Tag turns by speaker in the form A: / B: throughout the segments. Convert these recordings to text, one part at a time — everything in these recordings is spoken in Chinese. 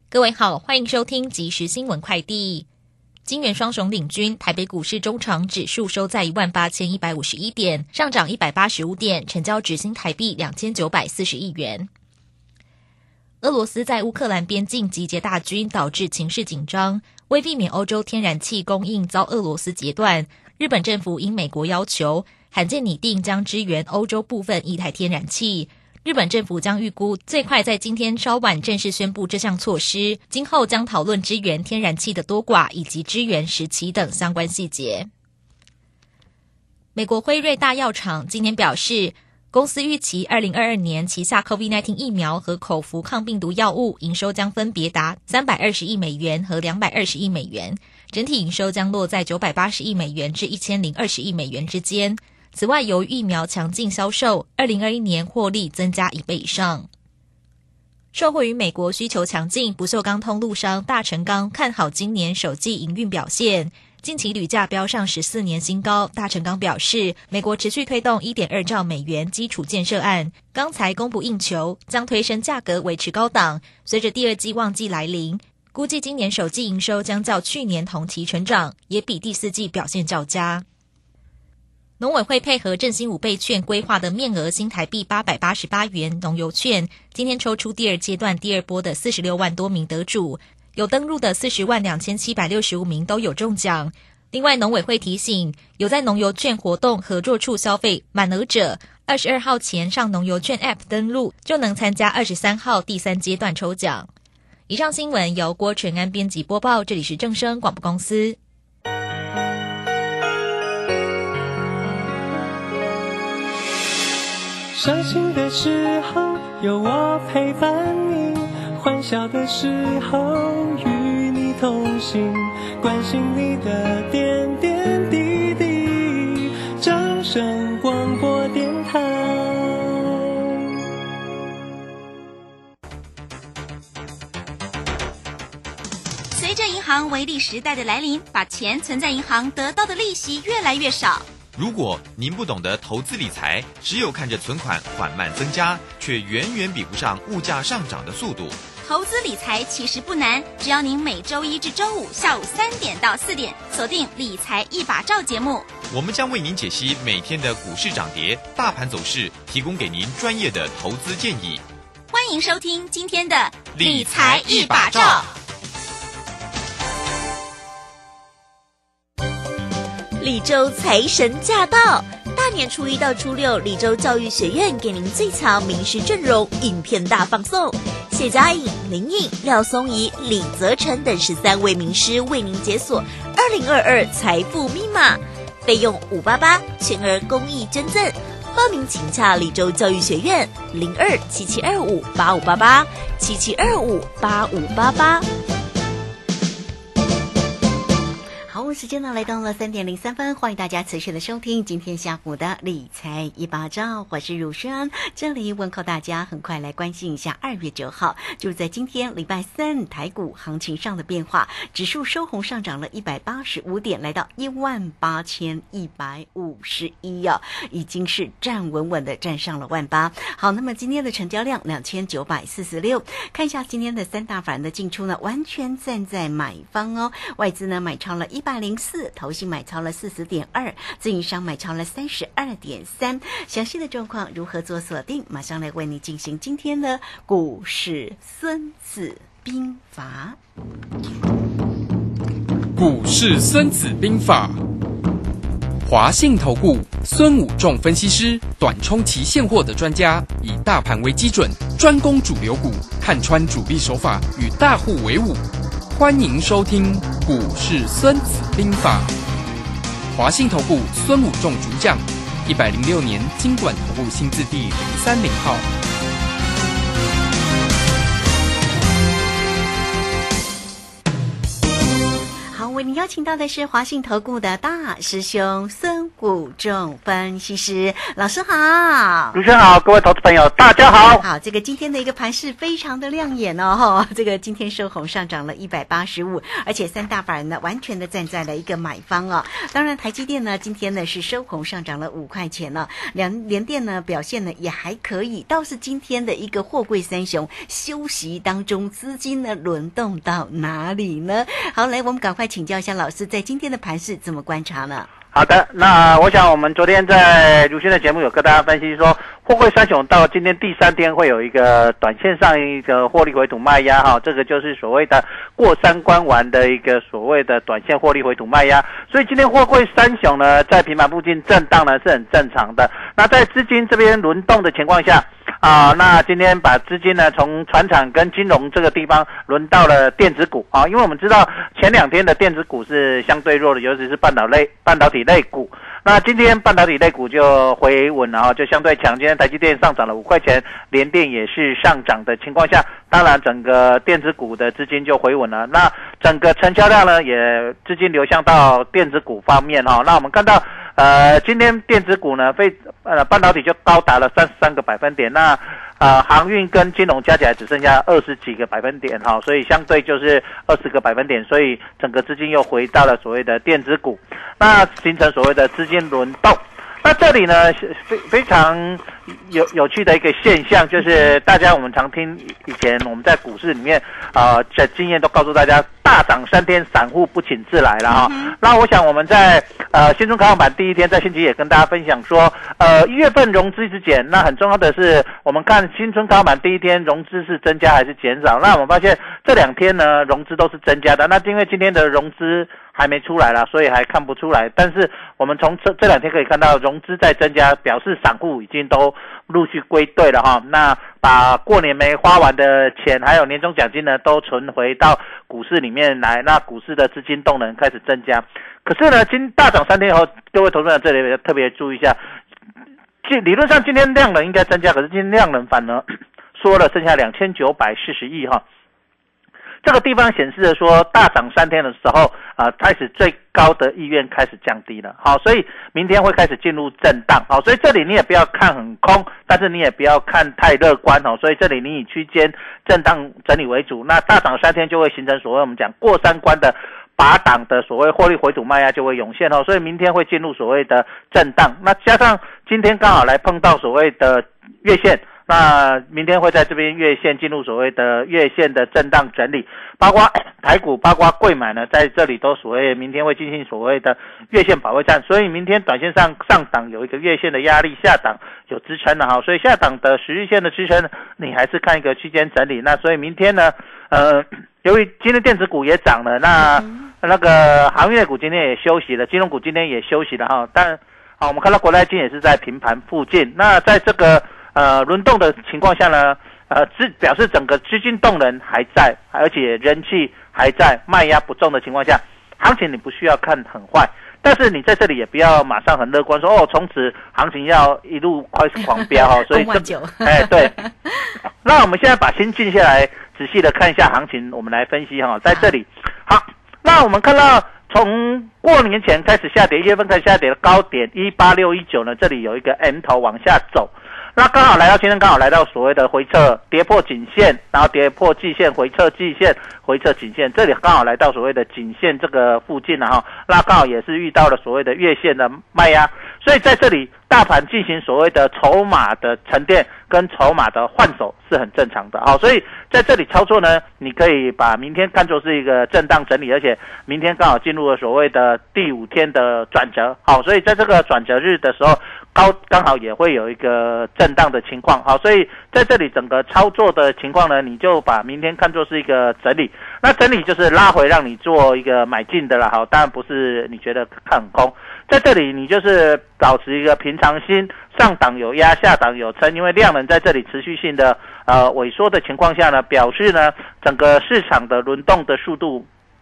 A: 各位好，欢迎收听即时新闻快递。金元双雄领军，台北股市中场指数收在18151点，上涨185点，成交值新台币2940亿元。俄罗斯在乌克兰边境集结大军，导致情势紧张。为避免欧洲天然气供应遭俄罗斯截断，日本政府因美国要求，罕见拟定将支援欧洲部分液态天然气。日本政府将预估最快在今天稍晚正式宣布这项措施，今后将讨论支援天然气的多寡以及支援时期等相关细节。美国辉瑞大药厂今天表示，公司预期2022年旗下 COVID-19 疫苗和口服抗病毒药物营收将分别达320亿美元和220亿美元，整体营收将落在980亿美元至1020亿美元之间。此外，由于疫苗强劲销售，2021年获利增加1倍以上。受惠于美国需求强劲，不锈钢通路商大成钢看好今年首季营运表现，近期铝价飙上14年新高。大成钢表示，美国持续推动 1.2 兆美元基础建设案，钢材供不应求，将推升价格维持高档。随着第二季旺季来临，估计今年首季营收将较去年同期成长，也比第四季表现较佳。农委会配合振兴5倍券规划的面额新台币888元农游券，今天抽出第二阶段第二波的46万多名得主，有登入的40万2765名都有中奖。另外，农委会提醒，有在农游券活动合作处消费满额者，22号前上农游券 App 登录，就能参加23号第3阶段抽奖。以上新闻由郭纯安编辑播报，这里是正声广播公司。
B: 伤心的时候有我陪伴你，欢笑的时候与你同行，关心你的点点滴滴。正声广播电台。
C: 随着银行微利时代的来临，把钱存在银行得到的利息越来越少。
D: 如果您不懂得投资理财，只有看着存款缓慢增加，却远远比不上物价上涨的速度。
C: 投资理财其实不难，只要您每周一至周五下午3点到4点锁定理财一把照节目，
D: 我们将为您解析每天的股市涨跌、大盘走势，提供给您专业的投资建议。
C: 欢迎收听今天的理财一把照。
E: 李州财神驾到！大年初1到初6，李州教育学院给您最强名师阵容，影片大放送。谢佳颖、林颖、廖松怡、李泽成等13位名师为您解锁2022财富密码，费用588，全额公益捐赠。报名请洽李州教育学院0277258588 77258588。时间呢来到了3点03分，欢迎大家持续的收听今天下午的理财一把照，我是汝轩，这里问候大家。很快来关心一下2月9号，就是在今天礼拜三台股行情上的变化，指数收红上涨了185点，来到18151哦，已经是站稳稳的站上了18000。好，那么今天的成交量2946，看一下今天的三大法人的进出呢，完全站在买方哦，外资呢买超了104，投信买超了40.2，自营商买超了32.3。详细的状况如何做锁定，马上来为你进行今天的股市孙子兵法。
F: 股市孙子兵法，华信投顾孙武仲分析师，短冲期现货的专家，以大盘为基准，专攻主流股，看穿主力手法，与大户为伍。欢迎收听股市孙子兵法。华信投顾孙武仲主讲，106年金管投顾新字第030号。
E: 为您邀请到的是华信投顾的大师兄孙武仲分析师老师好。
G: 主持人好，各位投资朋友大家好。
E: 好，这个今天的一个盘势非常的亮眼哦，这个今天收红上涨了185，而且三大法人呢完全的站在了一个买方哦。当然台积电呢今天呢是收红上涨了5块钱了，联电呢表现呢也还可以，倒是今天的一个货柜三雄休息当中，资金呢轮动到哪里呢？好，来我们赶快请教一下老师，在今天的盘势怎么观察呢？
G: 好的，那我想我们昨天在如新的节目有跟大家分析说，货柜三雄到今天第3天会有一个短线上一个获利回吐卖压哈，这个就是所谓的过3关完的一个所谓的短线获利回吐卖压，所以今天货柜三雄呢在平盘附近震荡呢是很正常的。那在资金这边轮动的情况下那今天把资金呢从传产跟金融这个地方轮到了电子股因为我们知道前2天的电子股是相对弱的，尤其是半导体类股。那今天半导体类股就回稳了就相对强。今天台积电上涨了5块钱，联电也是上涨的情况下，当然整个电子股的资金就回稳了。那整个成交量呢也资金流向到电子股方面那我们看到今天电子股呢半导体就高达了33个百分点，那航运跟金融加起来只剩下20几个百分点所以相对就是20个百分点，所以整个资金又回到了所谓的电子股，那形成所谓的资金轮动。那这里呢非常有趣的一个现象，就是大家我们常听以前我们在股市里面的经验都告诉大家，大涨3天散户不请自来了那我想我们在新春开放版第1天在星期也跟大家分享说1月份融资一直减，那很重要的是我们看新春开放版第1天融资是增加还是减少，那我们发现这2天呢融资都是增加的，那因为今天的融资还没出来啦，所以还看不出来，但是我们从这2天可以看到融资在增加，表示散户已经都陆续归队了那把过年没花完的钱还有年终奖金呢都存回到股市里面来，那股市的资金动能开始增加。可是呢大涨3天以后，各位投资者这里特别注意一下，理论上今天量能应该增加，可是今天量能反而缩了，剩下2940亿这个地方显示的说大涨3天的时候开始最高的意愿开始降低了所以明天会开始进入震荡所以这里你也不要看很空，但是你也不要看太乐观所以这里你以区间震荡整理为主，那大涨3天就会形成所谓我们讲过3关的拔档的所谓获利回吐卖压就会涌现所以明天会进入所谓的震荡，那加上今天刚好来碰到所谓的月线，那明天会在这边月线进入所谓的月线的震荡整理，包括台股包括柜买呢在这里都所谓明天会进行所谓的月线保卫战，所以明天短线上档有一个月线的压力，下档有支撑的所以下档的10日线的支撑你还是看一个区间整理，那所以明天呢由于今天电子股也涨了，那个航运类股今天也休息了，金融股今天也休息了但我们看到国泰金也是在平盘附近，那在这个轮动的情况下呢表示整个资金动能还在，而且人气还在，卖压不重的情况下，行情你不需要看很坏，但是你在这里也不要马上很乐观说从此行情要一路开始狂飙所以对那我们现在把心静下来，仔细的看一下行情，我们来分析在这里好，那我们看到从过年前开始下跌，1月份开始下跌的高点18619呢，这里有一个 M 头往下走，那刚好来到今天刚好来到所谓的回撤，跌破颈线，然后跌破季线，回撤季线，回撤颈线，这里刚好来到所谓的颈线这个附近那刚好也是遇到了所谓的月线的卖压，所以在这里大盘进行所谓的筹码的沉淀跟筹码的换手是很正常的所以在这里操作呢，你可以把明天看作是一个震荡整理，而且明天刚好进入了所谓的第5天的转折所以在这个转折日的时候刚好也会有一个震荡的情况所以在这里整个操作的情况呢，你就把明天看作是一个整理，那整理就是拉回让你做一个买进的啦当然不是你觉得看很空，在这里你就是保持一个平常心，上档有压，下档有撑，因为量能在这里持续性的萎缩的情况下呢，表示呢整个市场的轮动的速度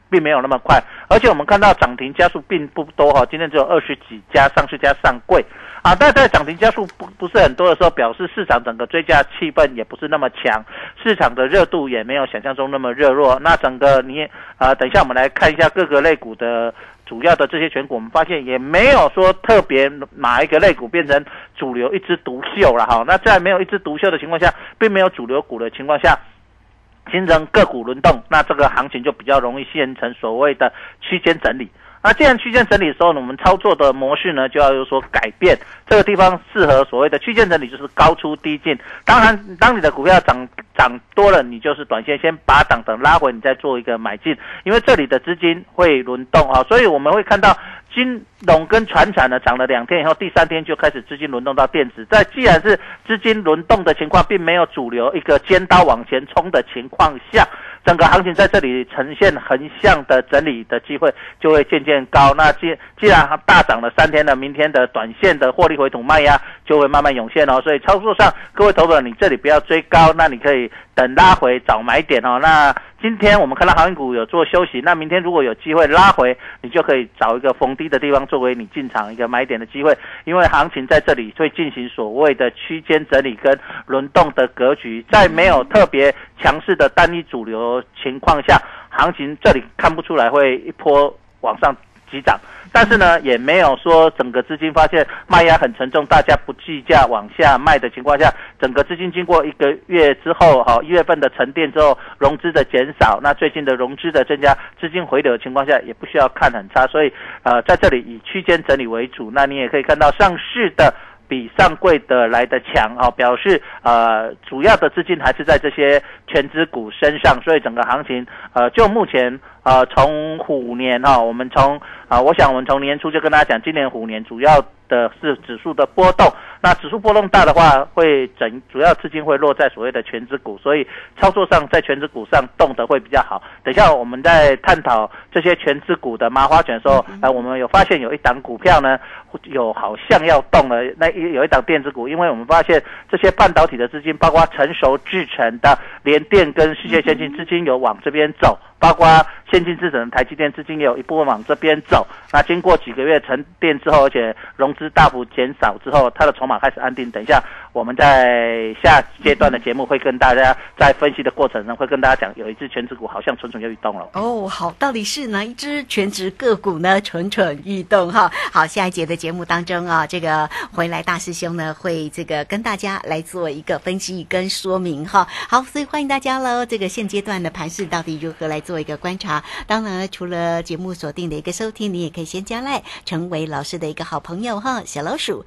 G: 并没有那么快，而且我们看到涨停家数并不多哈，今天只有20几家上市家上柜啊，但在涨停家数不是很多的时候，表示市场整个追价气氛也不是那么强，市场的热度也没有想象中那么热络。那整个等一下我们来看一下各个类股的主要的这些选股，我们发现也没有说特别哪一个类股变成主流一枝独秀了哈。那在没有一枝独秀的情况下，并没有主流股的情况下，形成个股轮动，那这个行情就比较容易形成所谓的区间整理。那既然区间整理的时候呢，我们操作的模式呢就要有所改变。这个地方适合所谓的区间整理，就是高出低进。当然，当你的股票涨多了，你就是短线先把档等拉回，你再做一个买进，因为这里的资金会轮动啊，所以我们会看到金融跟传产呢涨了2天以后，第3天就开始资金轮动到电子。在既然是资金轮动的情况，并没有主流一个尖刀往前冲的情况下，整个行情在这里呈现横向的整理的机会就会渐渐高。那既然大涨了3天了，明天的短线的获利回吐卖压就会慢慢涌现哦。所以操作上，各位投资者，你这里不要追高，那你可以等拉回找买点哦。那今天我们看到航运股有做休息，那明天如果有机会拉回，你就可以找一个逢低的地方作为你进场一个买点的机会，因为行情在这里会进行所谓的区间整理跟轮动的格局，在没有特别强势的单一主流情况下，行情这里看不出来会一波往上急涨，但是呢，也没有说整个资金发现卖压很沉重，大家不计价往下卖的情况下，整个资金经过1个月之后，1月份的沉淀之后，融资的减少，那最近的融资的增加，资金回流的情况下，也不需要看很差，所以在这里以区间整理为主。那你也可以看到上市的比上柜的来的强表示主要的资金还是在这些全资股身上，所以整个行情就目前从虎年我们我想我们从年初就跟大家讲，今年虎年主要的是指数的波动，那指数波动大的话，主要资金会落在所谓的全资股，所以操作上在全资股上动得会比较好。等一下我们在探讨这些全资股的麻花卷的时候，我们有发现有一档股票呢，有好像要动了，那有一档电子股，因为我们发现这些半导体的资金，包括成熟制程的联电跟世界先进资金有往这边走，包括先进制程的台积电资金也有一部分往这边走。那经过几个月沉淀之后，而且融资大幅减少之后，它的筹码开始安定。等一下我们在下阶段的节目会跟大家在分析的过程中会跟大家讲，有一只全指股好像蠢蠢欲动了。
E: 好，到底是哪一只全指个股呢？蠢蠢欲动哈。好，下一节的节目当中这个回来大师兄呢会这个跟大家来做一个分析跟说明哈。好，所以欢迎大家喽。这个现阶段的盘势到底如何来做一个观察？当然，除了节目锁定的一个收听，你也可以先加赖，成为老师的一个好朋友哈。小老鼠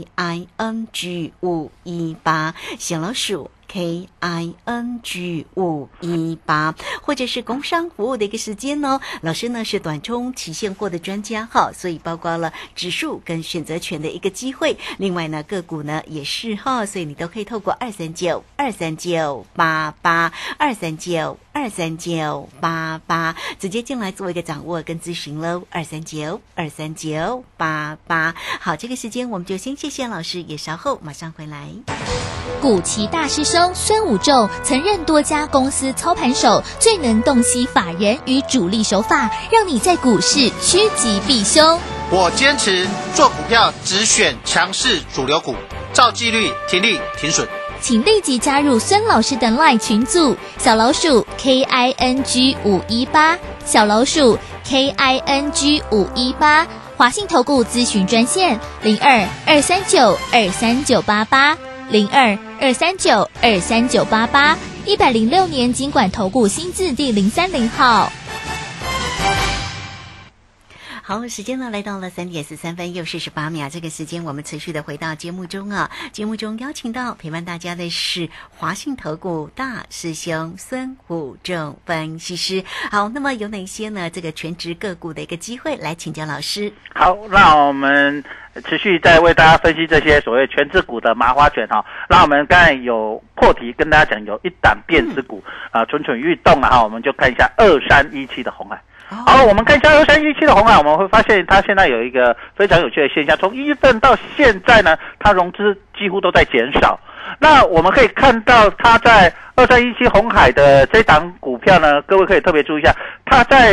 E: KING518， 小老鼠KING518， 或者是工商服务的一个时间哦。老师呢是短冲期现货的专家哈，所以包括了指数跟选择权的一个机会。另外呢个股呢也是哈，所以你都可以透过239-239-239-239-88直接进来做一个掌握跟咨询喽。239-239-88。好，这个时间我们就先谢谢老师，也稍后马上回来。
H: 古奇大师兄孙武仲曾任多家公司操盘手，最能洞悉法人与主力手法，让你在股市趋吉避凶。
I: 我坚持做股票只选强势主流股，照纪律停利停损。
H: 请立即加入孙老师的 LINE 群组，小老鼠 KING518， 小老鼠 KING518， 华信投顾咨询专线02-239-23988，02-239-23988，106年金管投顾新字第030号。
E: 好，时间呢来到了3点43分又48秒。这个时间我们持续的回到节目中节目中邀请到陪伴大家的是华信投顾大师兄孙武仲分析师。好，那么有哪些呢这个全职个股的一个机会来请教老师？
G: 好，那我们持续在为大家分析这些所谓全指股的麻花卷那我们刚才有破题跟大家讲，有一档电子股蠢蠢欲动我们就看一下2317的鸿海。好，我们看一下2317的鸿海，我们会发现它现在有一个非常有趣的现象，从1月份到现在呢，它融资几乎都在减少。那我们可以看到它在2317鸿海的这档股票票呢，各位可以特别注意一下，它在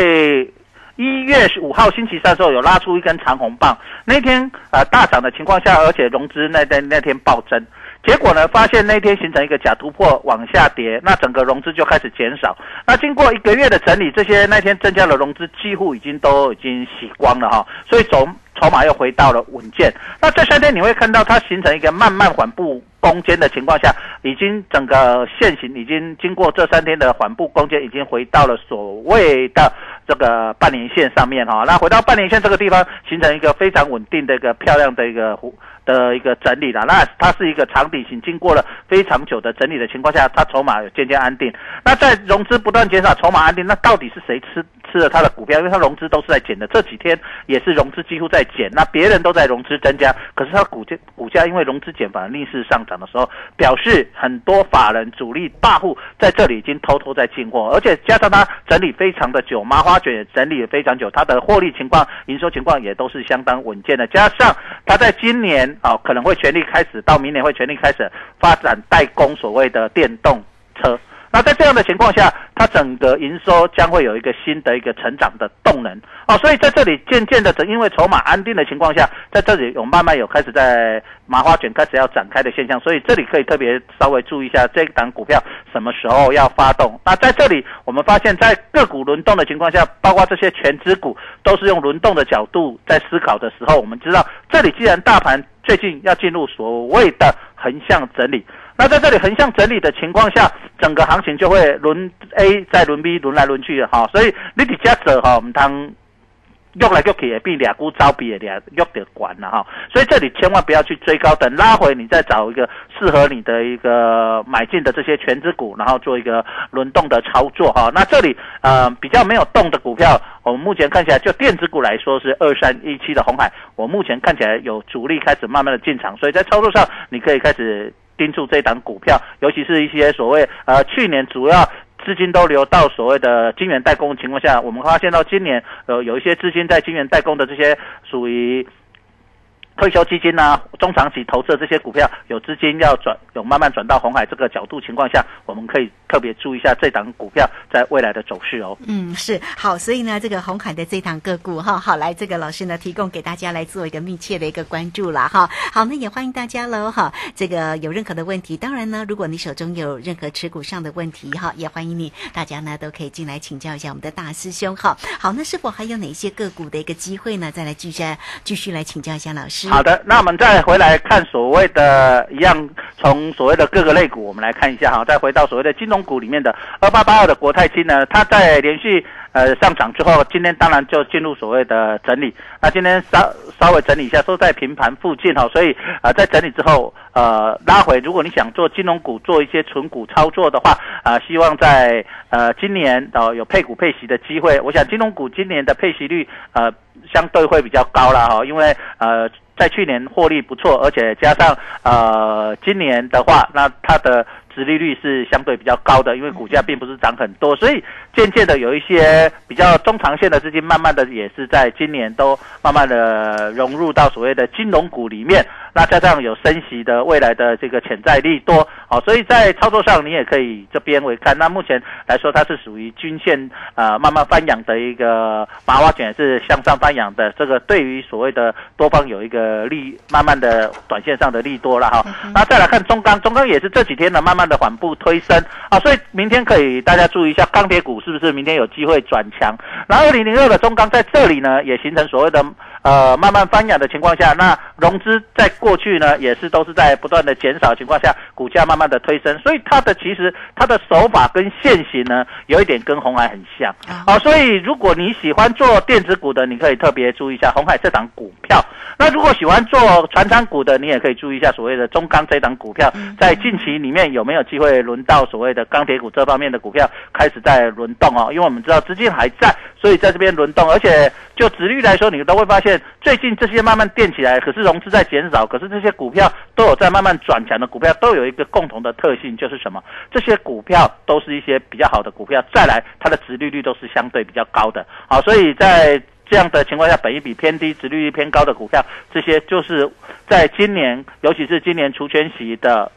G: 1月5号星期三的时候有拉出一根长红棒，那天大涨的情况下，而且融资那天暴增。结果呢，发现那天形成一个假突破往下跌，那整个融资就开始减少。那经过1个月的整理，这些那天增加的融资几乎已经洗光了哈，所以筹码又回到了稳健。那这3天你会看到它形成一个慢慢缓步攻坚的情况下，已经整个线型已经经过这3天的缓步攻坚，已经回到了所谓的这个半年线上面哈。那回到半年线这个地方，形成一个非常稳定的一个漂亮的一个整理了。那它是一个长底型，经过了非常久的整理的情况下，它筹码有渐渐安定。那在融资不断减少，筹码安定，那到底是谁吃了它的股票？因为它融资都是在减的，这几天也是融资几乎在减，那别人都在融资增加，可是它股价因为融资减反而逆势上涨的时候，表示很多法人主力大户在这里已经偷偷在进货，而且加上它整理非常的久，麻花卷也整理了非常久，它的获利情况、营收情况也都是相当稳健的，加上它在今年可能会全力开始，到明年会全力开始发展代工所谓的电动车。那在这样的情况下，它整个营收将会有一个新的一个成长的动能所以在这里渐渐的，因为筹码安定的情况下，在这里慢慢有开始在麻花卷开始要展开的现象，所以这里可以特别稍微注意一下这一档股票什么时候要发动。那在这里我们发现，在个股轮动的情况下，包括这些全指股都是用轮动的角度在思考的时候，我们知道这里既然大盘最近要进入所谓的横向整理，那在这里横向整理的情况下，整个行情就会轮 A 再轮 B 轮来轮去的所以你伫这做我们当喐来喐去也比俩股招比也俩喐得管了所以这里千万不要去追高，等拉回你再找一个适合你的一个买进的这些全指股，然后做一个轮动的操作那这里比较没有动的股票，我们目前看起来就电子股来说是2317的鸿海，我目前看起来有主力开始慢慢的进场，所以在操作上你可以开始盯住这档股票，尤其是一些所谓去年主要资金都流到所谓的晶圆代工的情况下，我们发现到今年有一些资金在晶圆代工的这些属于退休基金中长期投资的这些股票，有资金有慢慢转到鸿海这个角度情况下，我们可以特别注意一下这档股票在未来的走势
E: 是好，所以呢，这个鸿海的这档个股好，来这个老师呢提供给大家来做一个密切的一个关注啦好，那也欢迎大家喽这个有任何的问题，当然呢，如果你手中有任何持股上的问题也欢迎大家呢都可以进来请教一下我们的大师兄好，那是否还有哪些个股的一个机会呢？再来继续来请教一下老师。
G: 好的，那我们再回来看所谓的一样，从所谓的各个类股，我们来看一下再回到所谓的金融股里面的2882的国泰金呢，它在连续上涨之后，今天当然就进入所谓的整理。那今天稍微整理一下，收在平盘附近所以在整理之后拉回。如果你想做金融股做一些纯股操作的话希望在今年有配股配息的机会。我想金融股今年的配息率相对会比较高啦因为在去年获利不错，而且加上今年的话，那它的殖利率是相对比较高的，因为股价并不是涨很多，所以渐渐的有一些比较中长线的资金，慢慢的也是在今年都慢慢的融入到所谓的金融股里面。那加上有升息的未来的这个潜在利多所以在操作上你也可以这边为看。那目前来说，它是属于均线慢慢翻扬的一个麻花卷，是向上翻扬的，这个对于所谓的多方有一个慢慢的短线上的利多了那再来看中钢也是这几天呢慢慢的缓步推升所以明天可以大家注意一下钢铁股是不是明天有机会转强。然后2002的中钢在这里呢也形成所谓的慢慢翻扬的情况下，那融资在过去呢也是都是在不断的减少的情况下，股价慢慢的推升，所以其实它的手法跟现行呢有一点跟鸿海很像所以如果你喜欢做电子股的，你可以特别注意一下鸿海这档股票。那如果喜欢做传产股的，你也可以注意一下所谓的中钢这档股票，在近期里面有没有机会轮到所谓的钢铁股这方面的股票开始在轮动因为我们知道资金还在，所以在这边轮动，而且就殖利率来说，你都会发现最近这些慢慢垫起来，可是融资在减少，可是这些股票都有在慢慢转强的股票，都有一个共同的特性，就是什么？这些股票都是一些比较好的股票，再来它的殖利率都是相对比较高的所以在这样的情况下，本益比偏低、殖利率偏高的股票，这些就是在今年，尤其是今年除权息的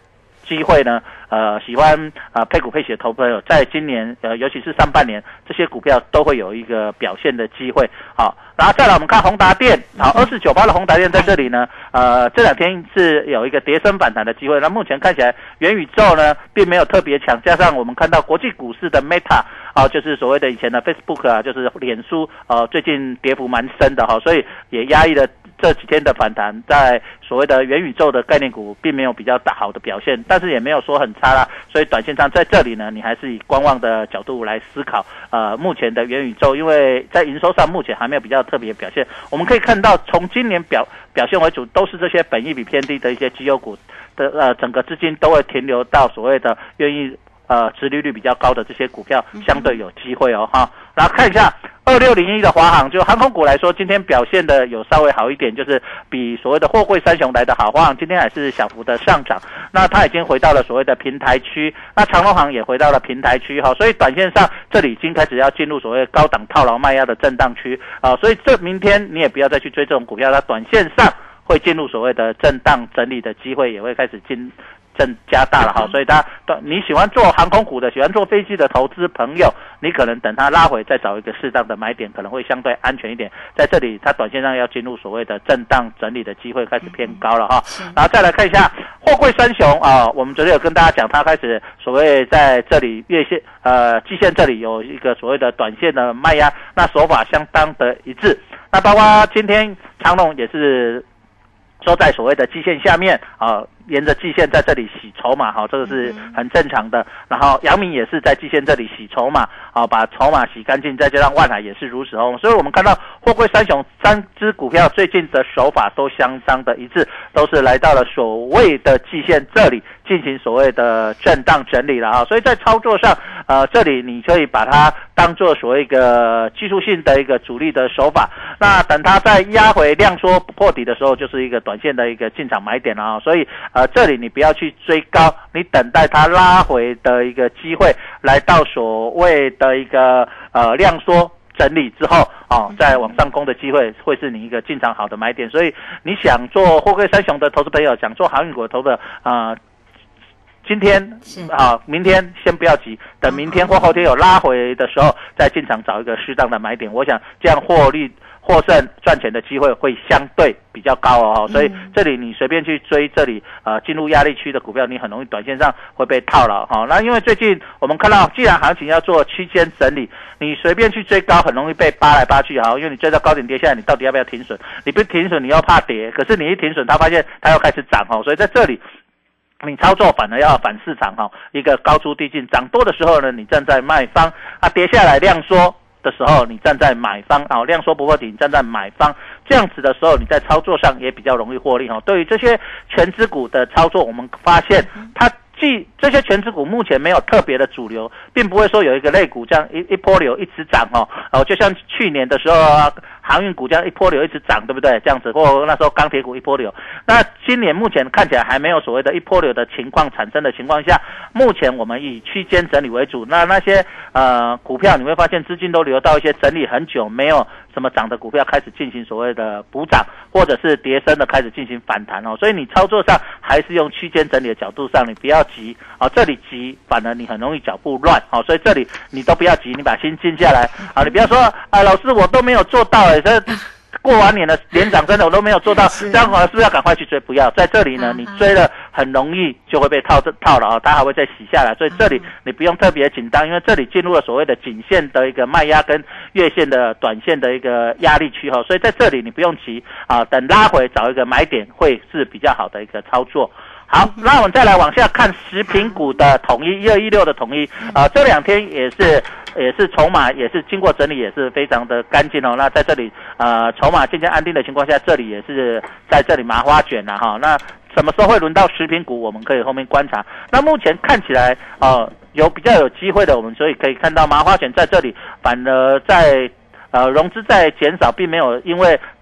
G: 机会呢，喜欢配股配息的投资朋友，在今年尤其是上半年，这些股票都会有一个表现的机会。好，然后再来我们看宏达电，好，2498的宏达电在这里呢，这两天是有一个跌升反弹的机会。那目前看起来元宇宙呢并没有特别强，加上我们看到国际股市的 Meta 就是所谓的以前的 Facebook 啊，就是脸书最近跌幅蛮深的所以也压抑了这几天的反弹，在所谓的元宇宙的概念股并没有比较好的表现，但是也没有说很差啦，所以短线上在这里呢，你还是以观望的角度来思考目前的元宇宙，因为在营收上目前还没有比较特别表现。我们可以看到从今年表现为主，都是这些本益比偏低的一些绩优股的整个资金都会停留到所谓的愿意殖利率比较高的这些股票，相对有机会哈。然后看一下2601的华航，就航空股来说，今天表现的有稍微好一点，就是比所谓的货柜三雄来的好。华航今天还是小幅的上涨，那它已经回到了所谓的平台区，那长荣航也回到了平台区所以短线上这里已经开始要进入所谓高档套牢卖压的震荡区所以这明天你也不要再去追这种股票，它短线上会进入所谓的震荡整理的机会，也会开始加大了所以你喜欢做航空股的，喜欢做飞机的投资朋友，你可能等它拉回再找一个适当的买点，可能会相对安全一点。在这里它短线上要进入所谓的震荡整理的机会开始偏高了然后再来看一下货柜三雄我们昨天有跟大家讲，它开始所谓在这里月线季线这里有一个所谓的短线的卖压，那手法相当的一致。那包括今天长荣也是收在所谓的季线下面沿着季线在这里洗筹码这个是很正常的。然后阳明也是在季线这里洗筹码把筹码洗干净，再加上万海也是如此所以我们看到货柜三雄3只股票最近的手法都相当的一致，都是来到了所谓的季线这里进行所谓的震荡整理了所以在操作上这里你可以把它当做所谓一个技术性的一个主力的手法，那等它在压回量缩破底的时候，就是一个短线的一个进场买点了所以这里你不要去追高，你等待它拉回的一个机会，来到所谓的一个量缩整理之后再往上攻的机会，会是你一个进场好的买点。所以你想做货柜三雄的投资朋友，想做航运股的投资今天明天先不要急，等明天或后天有拉回的时候再进场找一个适当的买点，我想这样获胜赚钱的机会会相对比较高所以这里你随便去追这里进入压力区的股票，你很容易短线上会被套牢那因为最近我们看到，既然行情要做区间整理，你随便去追高很容易被扒来扒去因为你追到高点跌下来，你到底要不要停损？你不停损你又怕跌，可是你一停损，他发现他又开始涨所以在这里你操作反而要反市场一个高出低进，涨多的时候呢，你站在卖方跌下来量缩的时候，你站在买方量缩不破底，你站在买方，这样子的时候，你在操作上也比较容易获利对于这些全资股的操作，我们发现它这些全资股目前没有特别的主流，并不会说有一个类股这样一波流一直涨就像去年的时候航运股这样一波流一直涨，对不对？这样子，或那时候钢铁股一波流。那今年目前看起来还没有所谓的一波流的情况产生的情况下，目前我们以区间整理为主。那些股票你会发现资金都流到一些整理很久没有什么涨的股票开始进行所谓的补涨，或者是跌升的开始进行反弹所以你操作上还是用区间整理的角度上，你不要急这里急反而你很容易脚步乱所以这里你都不要急，你把心静下来你不要说老师我都没有做到这过完年的连涨真的我都没有做到，这样是不是要赶快去追？不要在这里呢，你追了很容易就会被套了它还会再洗下来，所以这里你不用特别紧张，因为这里进入了所谓的颈线的一个卖压跟月线的短线的一个压力区所以在这里你不用急等拉回找一个买点会是比较好的一个操作。好，那我们再来往下看食品股的统一1216的统一这两天也是筹码也是经过整理，也是非常的干净那在这里筹码渐渐安定的情况下，这里也是在这里麻花卷那什么时候会轮到食品股，我们可以后面观察。那目前看起来有比较有机会的，我们所以可以看到麻花卷在这里反而在融资在减少，并没有因为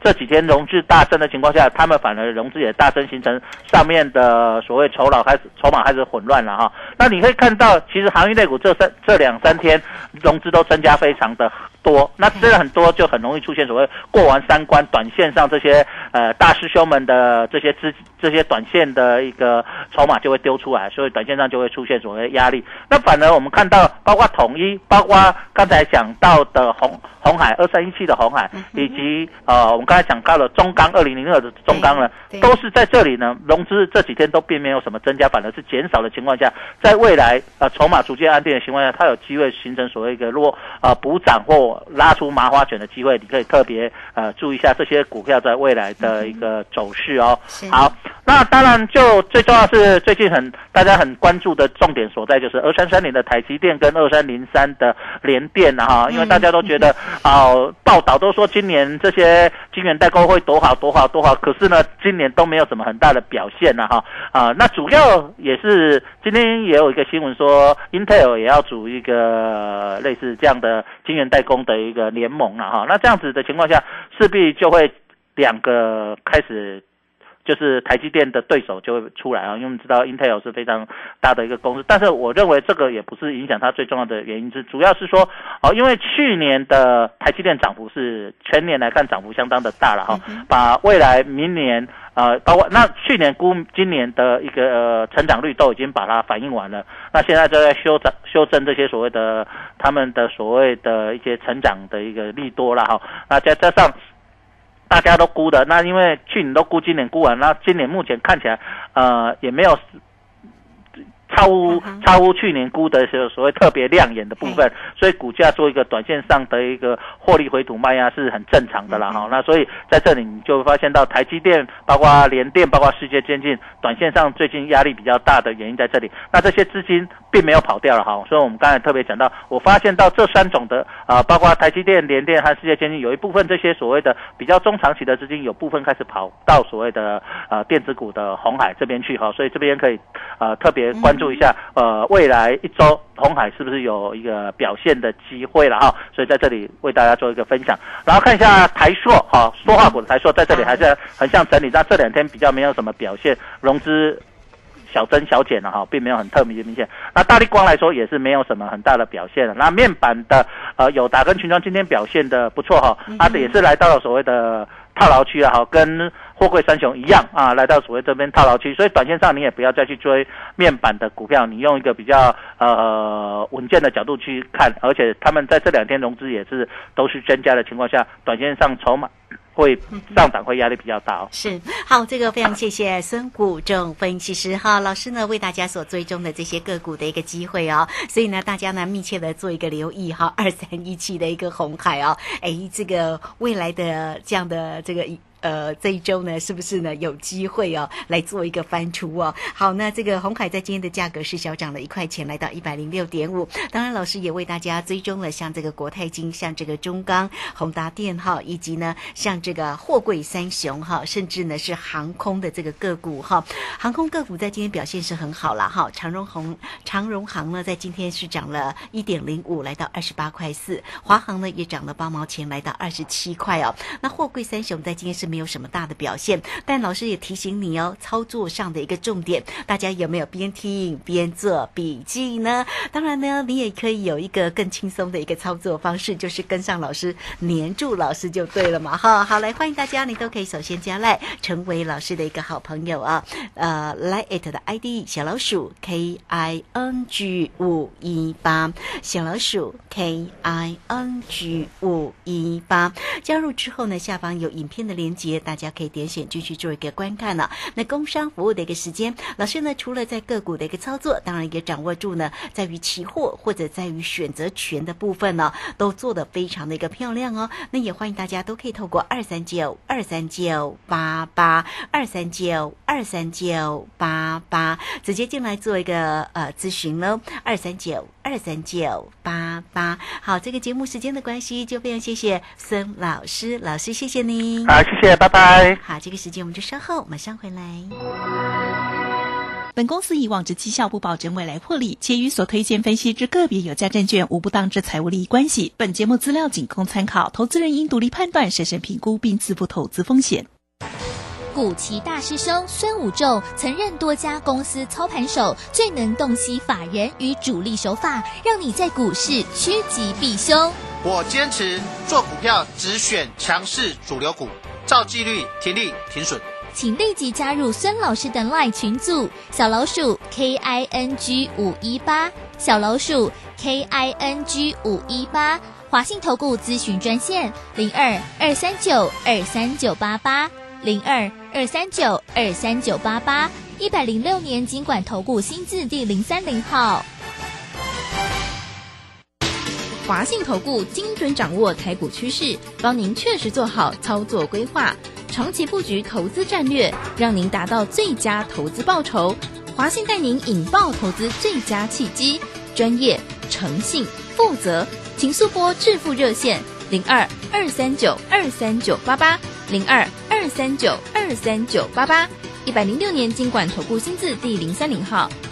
G: 这几天融资大增的情况下，他们反而融资也大增，形成上面的所谓筹码开始混乱了哈。那你可以看到，其实航运类股这2、3天融资都增加非常的多，那真的很多，就很容易出现所谓过完3关，短线上这些大师兄们的这些短线的一个筹码就会丢出来，所以短线上就会出现所谓压力。那反而我们看到，包括统一，包括刚才讲到的鸿海2317的鸿海，以及我们刚才讲到了中钢2002的中钢呢，都是在这里呢，融资这几天都并没有什么增加，反而是减少的情况下，在未来筹码逐渐安定的情况下，它有机会形成所谓一个补涨或拉出麻花卷的机会，你可以特别注意一下这些股票在未来的一个走势哦。好，那当然就最重要是最近大家很关注的重点所在，就是2330的台积电跟2303的联电哈，因为大家都觉得报道都说今年这些晶圆代工会多好，可是呢今年都没有什么很大的表现哈。那主要也是今天也有一个新闻说 Intel 也要组一个类似这样的晶圆代工的一个联盟哈。那这样子的情况下，势必就会2个开始。就是台积电的对手就会出来啊，因为我们知道 Intel 是非常大的一个公司，但是我认为这个也不是影响它最重要的原因，主要是说因为去年的台积电涨幅是全年来看涨幅相当的大了哈，把未来明年包括那去年估今年的一个成长率都已经把它反映完了，那现在就在修正这些所谓的他们的所谓的一些成长的一个利多了哈，那再加上。大家都估的，那因为去年都估，今年估完，那今年目前看起来，也没有超乎去年估的所谓特别亮眼的部分，所以股价做一个短线上的一个获利回吐卖压是很正常的啦哈。那所以在这里你就会发现到台积电、包括联电、包括世界先进，短线上最近压力比较大的原因在这里。那这些资金并没有跑掉了哈，所以我们刚才特别讲到，我发现到这3种的包括台积电、联电和世界先进，有一部分这些所谓的比较中长期的资金，有部分开始跑到所谓的电子股的鸿海这边去哈，所以这边可以特别关注一下未来1周鸿海是不是有一个表现的机会了哈，所以在这里为大家做一个分享，然后看一下台塑哈，塑化股的台塑在这里还是很像整理，但这2天比较没有什么表现，融资小增小减了哈，并没有很特别明显。那大立光来说也是没有什么很大的表现了。那面板的友达跟群创今天表现的不错哈，也是来到了所谓的套牢区哈，跟货柜三雄一样来到所谓这边套牢区，所以短线上你也不要再去追面板的股票，你用一个比较稳健的角度去看，而且他们在这2天融资也是都是增加的情况下，短线上筹码会上涨，会压力比较大哦。
E: 是，好，这个非常谢谢孙谷仲分析师哈，老师呢为大家所追踪的这些个股的一个机会哦，所以呢大家呢密切的做一个留意哈，2317的一个鸿海哦，这个未来的这样的这个。这一周呢，是不是呢有机会哦来做一个翻出哦？好，那这个鸿海在今天的价格是小涨了1块钱，来到106.5。当然，老师也为大家追踪了像这个国泰金、像这个中钢、宏达电哈，以及呢像这个货柜三雄哈，甚至呢是航空的这个个股哈。航空个股在今天表现是很好啦哈，长荣航呢在今天是涨了 1.05， 来到28.4块，华航呢也涨了8毛钱，来到27块哦。那货柜三雄在今天是没有什么大的表现，但老师也提醒你哦，操作上的一个重点，大家有没有边听边做笔记呢？当然呢，你也可以有一个更轻松的一个操作方式，就是跟上老师，黏住老师就对了嘛哈。好，来欢迎大家，你都可以首先加赖，成为老师的一个好朋友啊。Line@ 的 ID 小老鼠 KING518， 小老鼠 KING518， 加入之后呢，下方有影片的连结，大家可以点选进去做一个观看了。那工商服务的一个时间，老师呢除了在个股的一个操作，当然也掌握住呢，在于期货或者在于选择权的部分呢，都做得非常的一个漂亮哦。那也欢迎大家都可以透过239-239-88，239-239-88直接进来做一个咨询喽。239-239-88。好，这个节目时间的关系，就非常谢谢孙老师，老师谢谢您。
G: 好，谢谢，拜拜。
E: 好，这个时间我们就稍后马上回来。
J: 本公司以往之绩效不保证未来获利，且与所推荐分析之个别有价证券无不当之财务利益关系。本节目资料仅供参考，投资人应独立判断、审慎评估并自负投资风险。
H: 古奇大师兄孙武仲曾任多家公司操盘手，最能洞悉法人与主力手法，让你在股市趋吉避凶。
I: 我坚持做股票只选强势主流股，照纪律停利停损。
H: 请立即加入孙老师的 LINE 群组，小老鼠 KING518， 小老鼠 KING518， 华信投顾咨询专线02-239-23988，02-239-23988，106年金管投顾新字第030号。
K: 华信投顾精准掌握台股趋势，帮您确实做好操作规划，长期布局投资战略，让您达到最佳投资报酬。华信带您引爆投资最佳契机，专业、诚信、负责，请速拨致富热线02-239-23988，02-239-23988，106年金管投顾新字第030号。